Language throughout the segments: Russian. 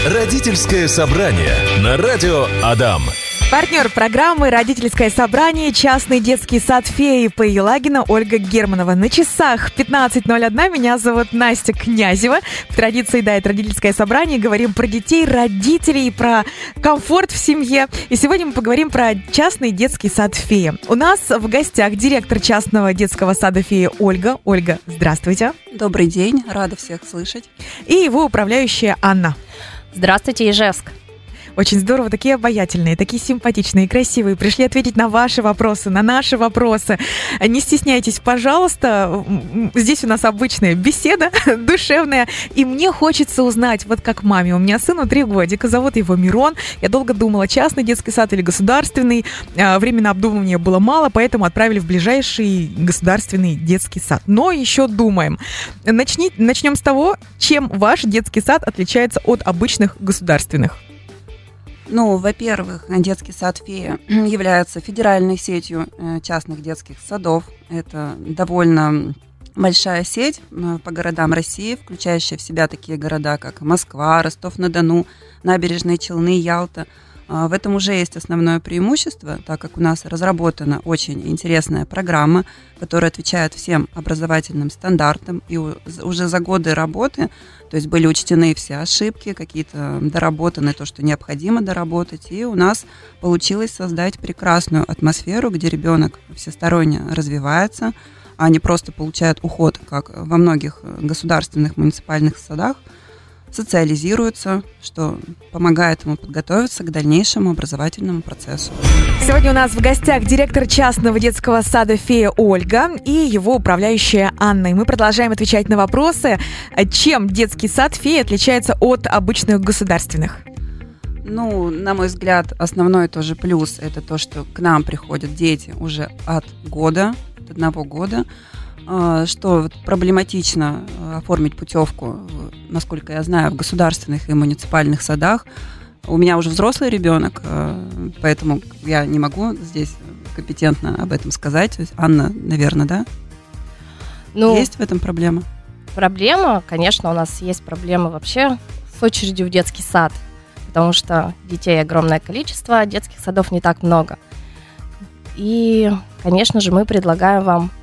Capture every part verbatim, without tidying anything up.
Родительское собрание на радио Адам. Партнер программы «Родительское собрание» частный детский сад «Феи» по Елагина Ольга Германова. На часах пятнадцать ноль один. Меня зовут Настя Князева. По традиции, да, это «Родительское собрание». Говорим про детей, родителей, про комфорт в семье. И сегодня мы поговорим про частный детский сад «Фея». У нас в гостях директор частного детского сада «Фея» Ольга. Ольга, здравствуйте. Добрый день, рада всех слышать. И его управляющая Анна. Здравствуйте, Ижевск. Очень здорово, такие обаятельные, такие симпатичные, красивые. Пришли ответить на ваши вопросы, на наши вопросы. Не стесняйтесь, пожалуйста. Здесь у нас обычная беседа, душевная. И мне хочется узнать, вот как маме. У меня сыну три годика, зовут его Мирон. Я долго думала, частный детский сад или государственный. Времени на обдумывание было мало, поэтому отправили в ближайший государственный детский сад. Но еще думаем. Начни, начнем с того, чем ваш детский сад отличается от обычных государственных. Ну, во-первых, детский сад «Фея» является федеральной сетью частных детских садов. Это довольно большая сеть по городам России, включающая в себя такие города, как Москва, Ростов-на-Дону, Набережные Челны, Ялта. В этом уже есть основное преимущество, так как у нас разработана очень интересная программа, которая отвечает всем образовательным стандартам. И уже за годы работы, то есть были учтены все ошибки, какие-то доработаны, то, что необходимо доработать. И у нас получилось создать прекрасную атмосферу, где ребенок всесторонне развивается, а не просто получает уход, как во многих государственных муниципальных садах, социализируется, что помогает ему подготовиться к дальнейшему образовательному процессу. Сегодня у нас в гостях директор частного детского сада «Фея» Ольга и его управляющая Анна. И мы продолжаем отвечать на вопросы, чем детский сад «Фея» отличается от обычных государственных. Ну, на мой взгляд, основной тоже плюс – это то, что к нам приходят дети уже от года, от одного года, что проблематично оформить путевку, насколько я знаю, в государственных и муниципальных садах. У меня уже взрослый ребенок, поэтому я не могу здесь компетентно об этом сказать. Анна, наверное, да? Ну, есть в этом проблема? Проблема, конечно, у нас есть проблема вообще с очередью в детский сад, потому что детей огромное количество, а детских садов не так много. И, конечно же, мы предлагаем вам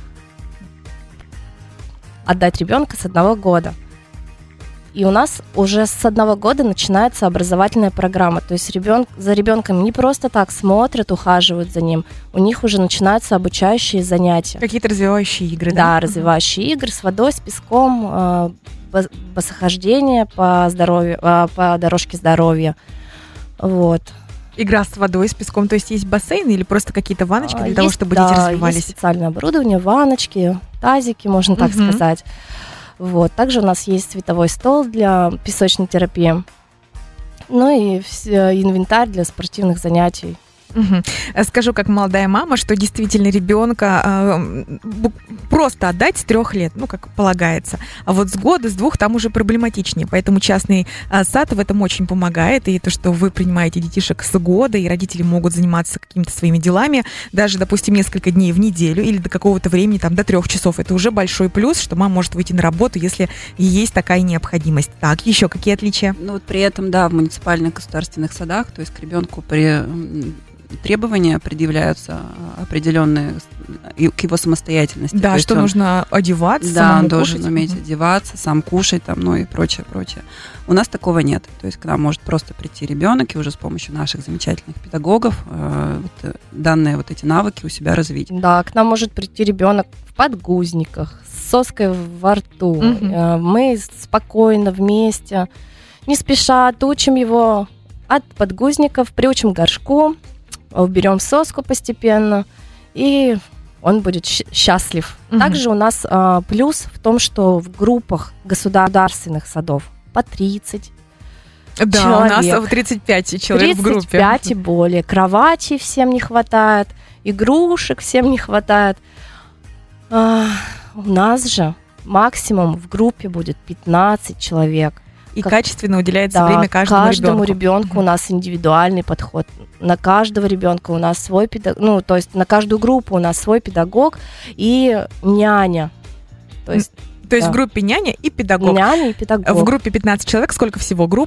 отдать ребенка с одного года. И у нас уже с одного года начинается образовательная программа. То есть ребен... за ребенком не просто так смотрят, ухаживают за ним. У них уже начинаются обучающие занятия. Какие-то развивающие игры, да? Да, развивающие игры с водой, с песком, босохождение по, здоровью, по дорожке здоровья. Вот. Игра с водой, с песком, то есть есть бассейн или просто какие-то ваночки для есть, того, чтобы да, дети развивались? Есть специальное оборудование, ваночки, тазики, можно так uh-huh. сказать. Вот. Также у нас есть световой стол для песочной терапии, ну и инвентарь для спортивных занятий. Угу. Скажу, как молодая мама, что действительно ребенка э, просто отдать с трех лет, ну, как полагается. А вот с года, с двух там уже проблематичнее. Поэтому частный э, сад в этом очень помогает. И то, что вы принимаете детишек с года, и родители могут заниматься какими-то своими делами, даже, допустим, несколько дней в неделю или до какого-то времени, там, до трех часов. Это уже большой плюс, что мама может выйти на работу, если есть такая необходимость. Так, еще какие отличия? Ну, вот при этом, да, в муниципальных государственных садах, то есть к ребенку при... требования предъявляются определенные к его самостоятельности. Да, что он, нужно одеваться, да, самому он должен кушать. уметь угу. одеваться, сам кушать, там, ну и прочее, прочее. У нас такого нет. То есть к нам может просто прийти ребенок и уже с помощью наших замечательных педагогов э, вот, данные вот эти навыки у себя развить. Да, к нам может прийти ребенок в подгузниках, с соской во рту. Угу. Э, мы спокойно вместе, не спеша отучим его от подгузников, приучим к горшку, уберем соску постепенно, и он будет счастлив. Угу. Также у нас а, плюс в том, что в группах государственных садов по тридцать да, человек. У нас тридцать пять человек в группе. тридцать пять и более. Кроватей всем не хватает, игрушек всем не хватает. А, у нас же максимум в группе будет пятнадцать человек. И как... качественно уделяется да, время каждому, каждому ребенку. ребенку у нас индивидуальный подход. На каждого ребенка у нас свой педагог, ну, то есть на каждую группу у нас свой педагог и няня. То есть, то есть да. в группе няня и педагог. Няня и педагог. В группе пятнадцать человек. Сколько всего групп?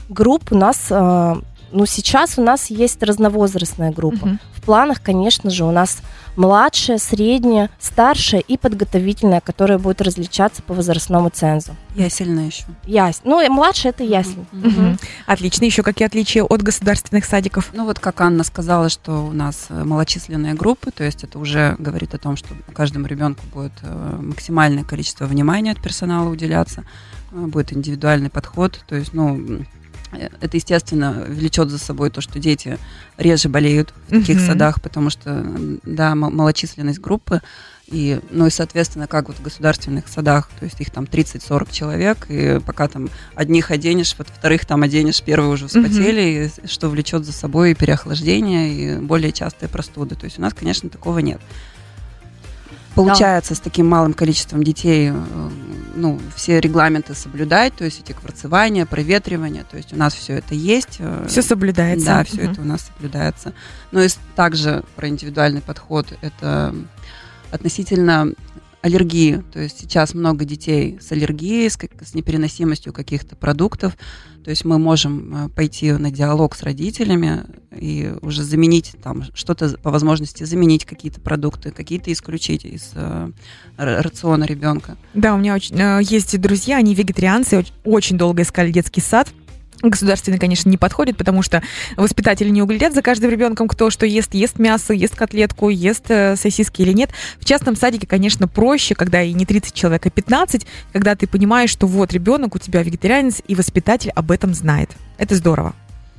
Групп у нас, э, ну, сейчас у нас есть разновозрастная группа. Uh-huh. В планах, конечно же, у нас младшая, средняя, старшая и подготовительная, которая будет различаться по возрастному цензу. Ясельная еще. Ясь. Ну, и младшая это ясень. Uh-huh. Uh-huh. Отлично. Еще какие отличия от государственных садиков? Ну, вот как Анна сказала, что у нас малочисленные группы, то есть это уже говорит о том, что каждому ребенку будет максимальное количество внимания от персонала уделяться, будет индивидуальный подход, то есть, ну, это, естественно, влечет за собой то, что дети реже болеют в таких uh-huh. садах, потому что, да, малочисленность группы, и, ну и, соответственно, как вот в государственных садах, то есть их там тридцать-сорок человек, и пока там одних оденешь, вот вторых там оденешь, первые уже вспотели, uh-huh. и, что влечет за собой и переохлаждение, и более частые простуды. То есть у нас, конечно, такого нет. Получается, да. С таким малым количеством детей, ну, все регламенты соблюдать, то есть эти кварцевания, проветривания, то есть у нас все это есть. Все соблюдается. Да, все uh-huh. это у нас соблюдается. Ну и также про индивидуальный подход, это относительно аллергии, то есть сейчас много детей с аллергией, с, с непереносимостью каких-то продуктов, то есть мы можем пойти на диалог с родителями и уже заменить там что-то, по возможности заменить какие-то продукты, какие-то исключить из э, рациона ребенка. Да, у меня очень, э, есть друзья, они вегетарианцы, очень, очень долго искали детский сад. Государственный, конечно, не подходит, потому что воспитатели не углядят за каждым ребенком, кто что ест, ест мясо, ест котлетку, ест э, сосиски или нет. В частном садике, конечно, проще, когда и не тридцать человек, а пятнадцать, когда ты понимаешь, что вот ребенок у тебя вегетарианец, и воспитатель об этом знает. Это здорово.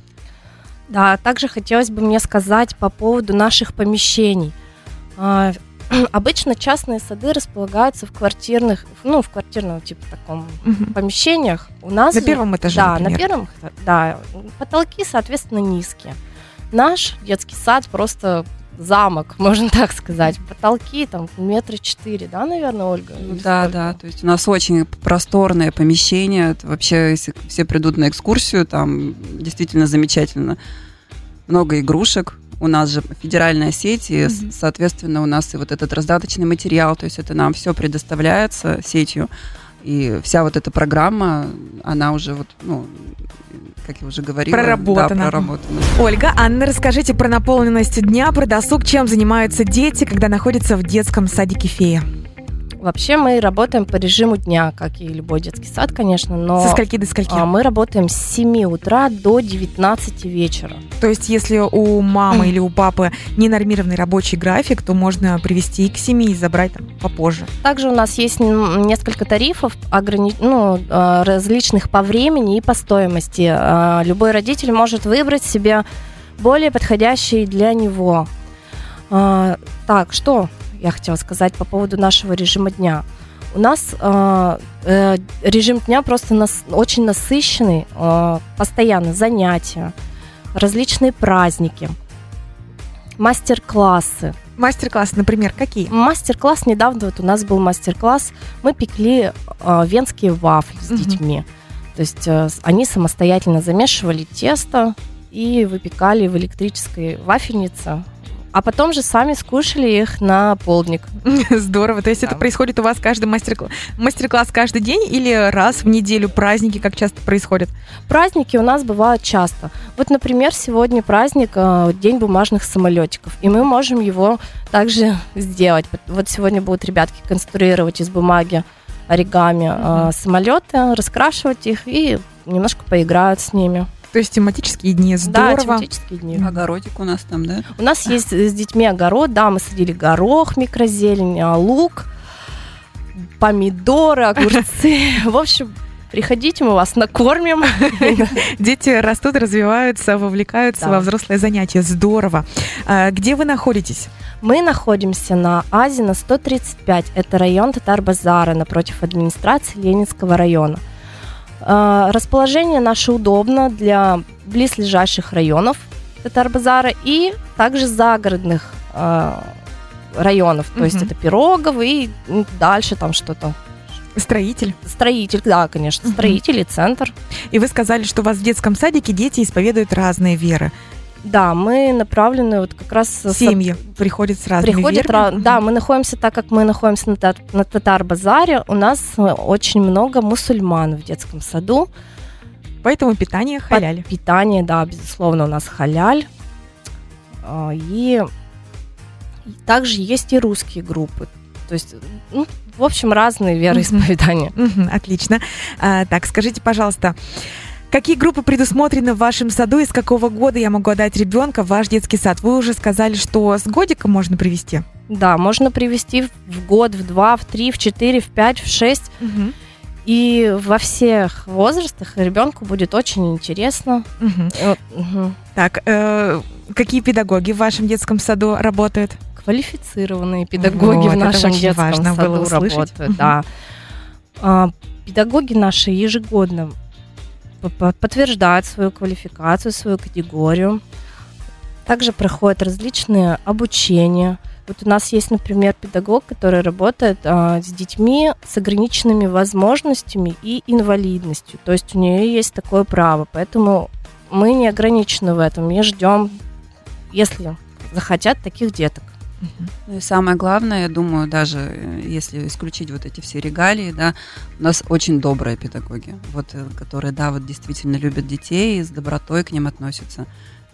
Да, также хотелось бы мне сказать по поводу наших помещений. Обычно частные сады располагаются в квартирных, ну, в квартирном типа таком угу. помещениях. У нас на первом этаже, да, например. на первом, да, потолки, соответственно, низкие. Наш детский сад просто замок, можно так сказать. Потолки там метра четыре, да, наверное, Ольга? Да, да, то есть у нас очень просторное помещение. Это вообще, если все придут на экскурсию, там действительно замечательно. Много игрушек. У нас же федеральная сеть, и, mm-hmm. соответственно, у нас и вот этот раздаточный материал, то есть это нам все предоставляется сетью, и вся вот эта программа, она уже вот, ну, как я уже говорила, проработана. Да, проработана. Ольга, Анна, расскажите про наполненность дня, про досуг, чем занимаются дети, когда находятся в детском садике «Фея». Вообще мы работаем по режиму дня, как и любой детский сад, конечно, но... Со скольки до скольки? Мы работаем с семи утра до девятнадцати вечера. То есть если у мамы или у папы ненормированный рабочий график, то можно привести и к семи и забрать там попозже. Также у нас есть несколько тарифов, ограни... ну, различных по времени и по стоимости. Любой родитель может выбрать себе более подходящий для него. Так, что... я хотела сказать по поводу нашего режима дня. У нас э, э, режим дня просто нас, очень насыщенный, э, постоянно занятия, различные праздники, мастер-классы. Мастер-классы, например, какие? Мастер-класс, недавно вот у нас был мастер-класс, мы пекли э, венские вафли с uh-huh. детьми. То есть э, они самостоятельно замешивали тесто и выпекали в электрической вафельнице. А потом же сами скушали их на полдник. Здорово. То есть да. это происходит у вас каждый мастер-класс, мастер-класс каждый день или раз в неделю? Праздники как часто происходят? Праздники у нас бывают часто. Вот, например, сегодня праздник, День бумажных самолетиков. И мы можем его также сделать. Вот сегодня будут ребятки конструировать из бумаги оригами mm-hmm. самолеты, раскрашивать их и немножко поиграют с ними. То есть тематические дни, здорово. Да, тематические дни. Огородик у нас там, да? У нас есть с детьми огород, да, мы садили горох, микрозелень, лук, помидоры, огурцы. В общем, приходите, мы вас накормим. Дети растут, развиваются, вовлекаются во взрослые занятия. Здорово. Где вы находитесь? Мы находимся на Азина сто тридцать пять. Это район Татар-Базара, напротив администрации Ленинского района. Расположение наше удобно для близлежащих районов Татар-Базара и также загородных э, районов. То mm-hmm. есть это Пирогово и дальше там что-то. Строитель? Строитель, да, конечно, mm-hmm. строитель и центр. И вы сказали, что у вас в детском садике дети исповедуют разные веры. Да, мы направлены вот как раз... Семьи с... приходят с разными приходят верами. Ra... Да, мы находимся, так как мы находимся на, тар... на Татар-Базаре, у нас очень много мусульман в детском саду. Поэтому питание халяль. Под питание, да, безусловно, у нас халяль. И также есть и русские группы. То есть, ну, в общем, разные вероисповедания. Угу, отлично. А, так, скажите, пожалуйста, какие группы предусмотрены в вашем саду и с какого года я могу отдать ребенка в ваш детский сад? Вы уже сказали, что с годика можно привести. Да, можно привести в год, в два, в три, в четыре, в пять, в шесть. Угу. И во всех возрастах ребенку будет очень интересно. Угу. Угу. Так, э, какие педагоги в вашем детском саду работают? Квалифицированные педагоги вот, в нашем детском важно саду было работают. Угу. Да. А, педагоги наши ежегодно подтверждают свою квалификацию, свою категорию. Также проходят различные обучения. Вот у нас есть, например, педагог, который работает а, с детьми с ограниченными возможностями и инвалидностью. То есть у нее есть такое право. Поэтому мы не ограничены в этом. Мы ждем, если захотят, таких деток. Ну и самое главное, я думаю, даже если исключить вот эти все регалии, да, у нас очень добрые педагоги, вот, которые, да, вот действительно любят детей и с добротой к ним относятся.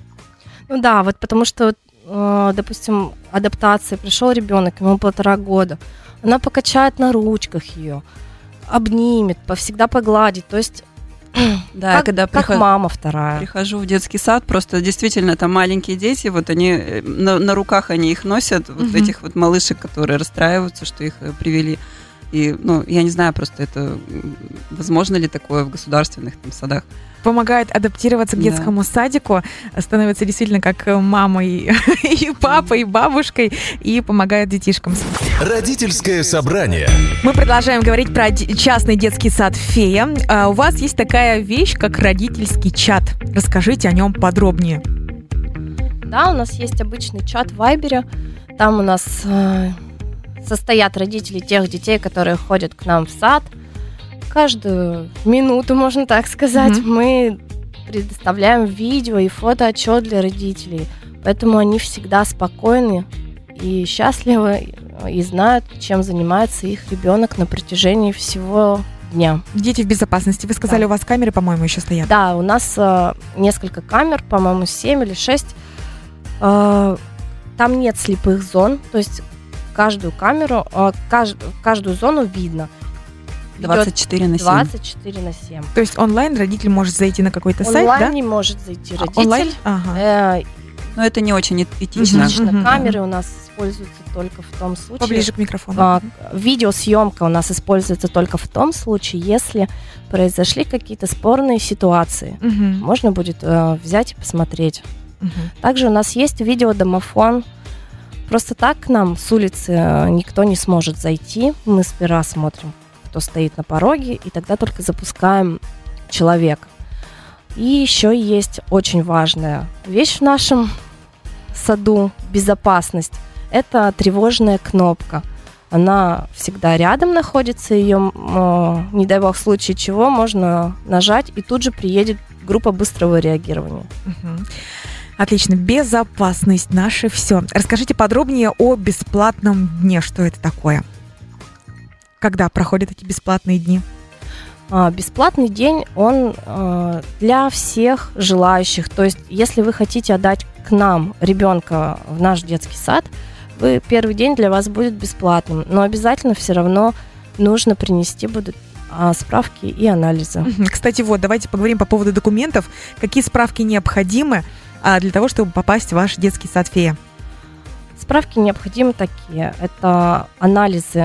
Ну да, вот потому что, э, допустим, адаптация, пришел ребенок, ему полтора года, она покачает на ручках ее, обнимет, всегда погладит, то есть да, как, когда как приход... мама вторая. Прихожу в детский сад, просто действительно там маленькие дети, вот они на, на руках они их носят, вот Мгм. этих вот малышек, которые расстраиваются, что их э, привели. И, ну, я не знаю, просто это возможно ли такое в государственных там садах. Помогает адаптироваться к Да. детскому садику, становится действительно как мамой и папой, и бабушкой, и помогает детишкам. Родительское собрание. Мы продолжаем говорить про д- частный детский сад «Фея». А у вас есть такая вещь, как родительский чат. Расскажите о нем подробнее. Да, у нас есть обычный чат в Вайбере, там у нас э, состоят родители тех детей, которые ходят к нам в сад. Каждую минуту, можно так сказать, Мгм. мы предоставляем видео и фотоотчет для родителей. Поэтому они всегда спокойны и счастливы, и знают, чем занимается их ребенок на протяжении всего дня. Дети в безопасности. Вы сказали, Да. у вас камеры, по-моему, еще стоят. Да, у нас э, несколько камер, по-моему, семь или шесть. Э, там нет слепых зон, то есть каждую камеру, э, кажд- каждую зону видно. двадцать четыре на семь. двадцать четыре на семь. То есть онлайн родитель может зайти на какой-то сайт, Онлайн да? не может зайти А, родитель. онлайн? Ага. Э, Но это не очень этично. Лично Мгм, камеры у нас используются только в том случае. Поближе к микрофону. А, видеосъемка у нас используется только в том случае, если произошли какие-то спорные ситуации. Мгм, Можно будет э, взять и посмотреть. мгм. Также у нас есть видеодомофон. Просто так к нам с улицы э, никто не сможет зайти. Мы сперва смотрим, кто стоит на пороге, и тогда только запускаем человека. И еще есть очень важная вещь в нашем саду – безопасность. Это тревожная кнопка. Она всегда рядом находится, ее, не дай бог, в случае чего, можно нажать, и тут же приедет группа быстрого реагирования. Мгм. Отлично. Безопасность наше все. Расскажите подробнее о бесплатном дне. Что это такое? Когда проходят эти бесплатные дни? А, Бесплатный день, он э, для всех желающих. То есть, если вы хотите отдать к нам ребенка в наш детский сад, вы, первый день для вас будет бесплатным. Но обязательно все равно нужно принести будут а, справки и анализы. Мгм. Кстати, вот, давайте поговорим по поводу документов. Какие справки необходимы а, для того, чтобы попасть в ваш детский сад «Фея»? Справки необходимы такие. Это анализы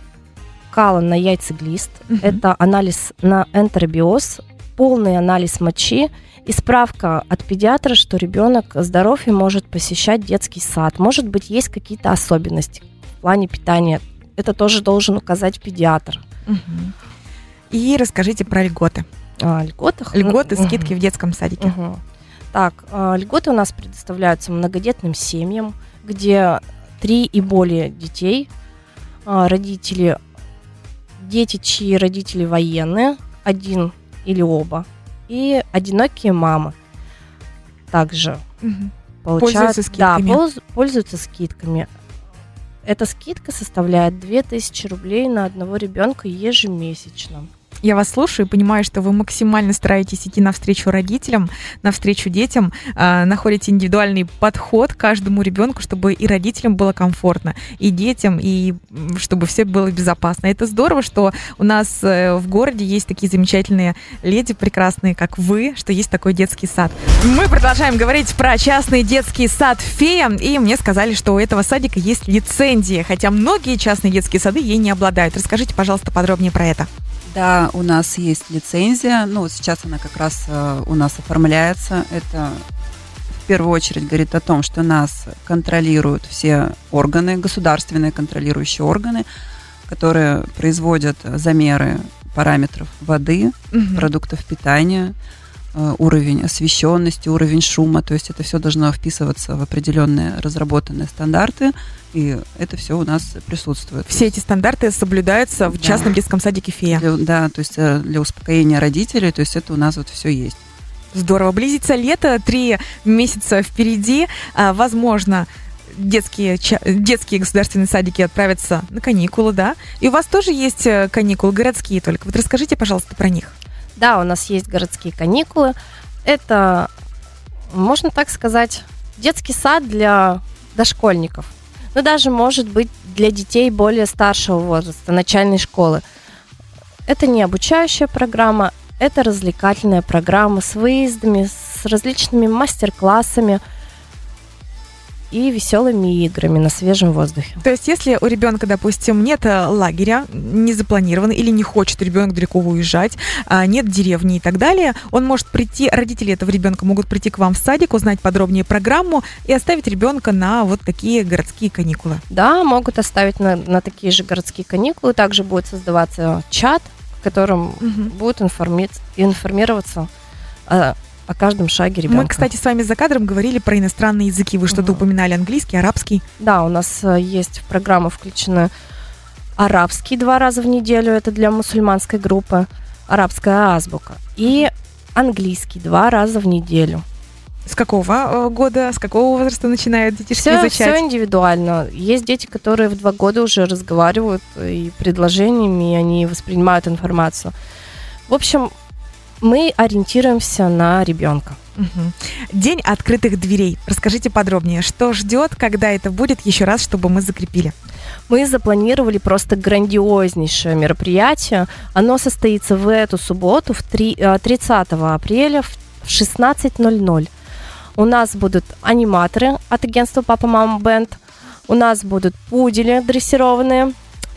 кала на яйцеглист, Мгм. это анализ на энтеробиоз, полный анализ мочи и справка от педиатра, что ребенок здоров и может посещать детский сад. Может быть, есть какие-то особенности в плане питания. Это тоже должен указать педиатр. Мгм. И расскажите про льготы. О льготах. Льготы, Мгм. скидки в детском садике. Мгм. Так, а, льготы у нас предоставляются многодетным семьям, где три и более детей, а, родители, дети, чьи родители военные, один или оба, и одинокие мамы также Мгм. получают, Пользуются скидками. Да, полз- пользуются скидками. Эта скидка составляет две тысячи рублей на одного ребенка ежемесячно. Я вас слушаю и понимаю, что вы максимально стараетесь идти навстречу родителям, навстречу детям, э, находите индивидуальный подход к каждому ребенку, чтобы и родителям было комфортно, и детям, и чтобы все было безопасно. Это здорово, что у нас э, в городе есть такие замечательные леди, прекрасные, как вы, что есть такой детский сад. Мы продолжаем говорить про частный детский сад «Фея», и мне сказали, что у этого садика есть лицензия, хотя многие частные детские сады ей не обладают. Расскажите, пожалуйста, подробнее про это. Да, у нас есть лицензия, ну, сейчас она как раз э, у нас оформляется. Это в первую очередь говорит о том, что нас контролируют все органы, государственные контролирующие органы, которые производят замеры параметров воды, угу. продуктов питания, э, уровень освещенности, уровень шума. То есть это все должно вписываться в определенные разработанные стандарты, и это все у нас присутствует. Все эти стандарты соблюдаются в да. частном детском садике «Фея». Для, да, то есть для успокоения родителей, то есть это у нас вот все есть. Здорово. Близится лето, три месяца впереди. Возможно, детские, детские государственные садики отправятся на каникулы, да? И у вас тоже есть каникулы городские только. Вот расскажите, пожалуйста, про них. Да, у нас есть городские каникулы. Это, можно так сказать, детский сад для дошкольников. Но даже, может быть, для детей более старшего возраста, начальной школы. Это не обучающая программа, это развлекательная программа с выездами, с различными мастер-классами и веселыми играми на свежем воздухе. То есть, если у ребенка, допустим, нет лагеря, не запланировано, или не хочет ребенок далеко уезжать, нет деревни и так далее, он может прийти, родители этого ребенка могут прийти к вам в садик, узнать подробнее программу и оставить ребенка на вот такие городские каникулы. Да, могут оставить на, на такие же городские каникулы. Также будет создаваться чат, в котором угу. будут информи- информироваться о о каждом шаге ребенка. Мы, кстати, с вами за кадром говорили про иностранные языки. Вы что-то uh-huh. упоминали английский, арабский? Да, у нас есть в программу включены арабский два раза в неделю, это для мусульманской группы, арабская азбука, и английский два раза в неделю. С какого года, с какого возраста начинают детишки все, изучать? Все индивидуально. Есть дети, которые в два года уже разговаривают и предложениями, и они воспринимают информацию. В общем, мы ориентируемся на ребенка. Угу. День открытых дверей. Расскажите подробнее, что ждет, когда это будет, еще раз, чтобы мы закрепили. Мы запланировали просто грандиознейшее мероприятие. Оно состоится в эту субботу, в тридцатого апреля в шестнадцать ноль ноль. У нас будут аниматоры от агентства «Папа, Мама, Бенд». У нас будут пудели дрессированные.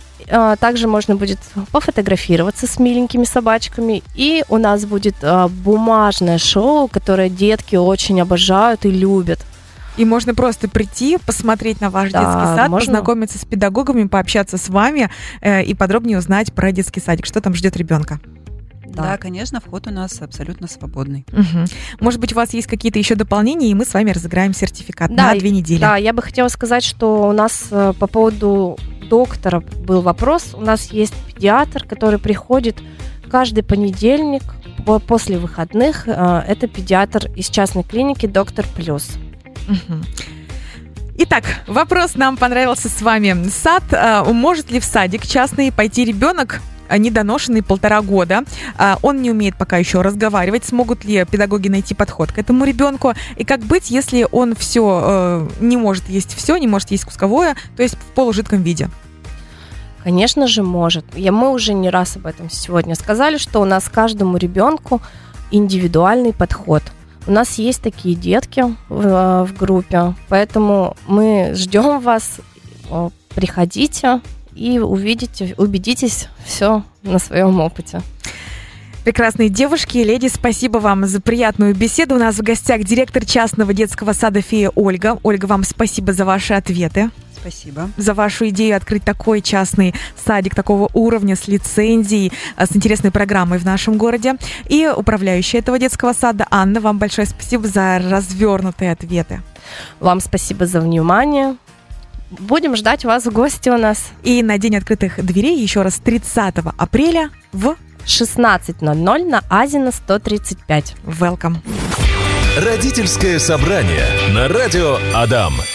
Также можно будет пофотографироваться с миленькими собачками. И у нас будет бумажное шоу, которое детки очень обожают и любят. И можно просто прийти, посмотреть на ваш да, детский сад, можно... познакомиться с педагогами, пообщаться с вами э, и подробнее узнать про детский садик, что там ждет ребенка. Да. да, конечно, вход у нас абсолютно свободный. Угу. Может быть, у вас есть какие-то еще дополнения, и мы с вами разыграем сертификат да, на две недели. Да, я бы хотела сказать, что у нас по поводу доктора был вопрос. У нас есть педиатр, который приходит каждый понедельник после выходных. Это педиатр из частной клиники «Доктор Плюс». Угу. Итак, вопрос нам понравился с вами. Сад, может ли в садик частный пойти ребенок, недоношенный полтора года? Он не умеет пока еще разговаривать. Смогут ли педагоги найти подход к этому ребенку? И как быть, если он все не может есть все, не может есть кусковое, то есть в полужидком виде? Конечно же, может. Я, мы уже не раз об этом сегодня сказали, что у нас каждому ребенку индивидуальный подход. У нас есть такие детки в, в группе, поэтому мы ждем вас. Приходите и увидите, убедитесь все на своем опыте. Прекрасные девушки и леди, спасибо вам за приятную беседу. У нас в гостях директор частного детского сада «Фея» Ольга. Ольга, вам спасибо за ваши ответы. Спасибо. За вашу идею открыть такой частный садик такого уровня с лицензией, с интересной программой в нашем городе. И управляющая этого детского сада Анна, вам большое спасибо за развернутые ответы. Вам спасибо за внимание. Будем ждать вас в гости у нас. И на день открытых дверей еще раз тридцатого апреля в шестнадцать ноль ноль на Азина сто тридцать пять. Welcome. Родительское собрание на радио Адам.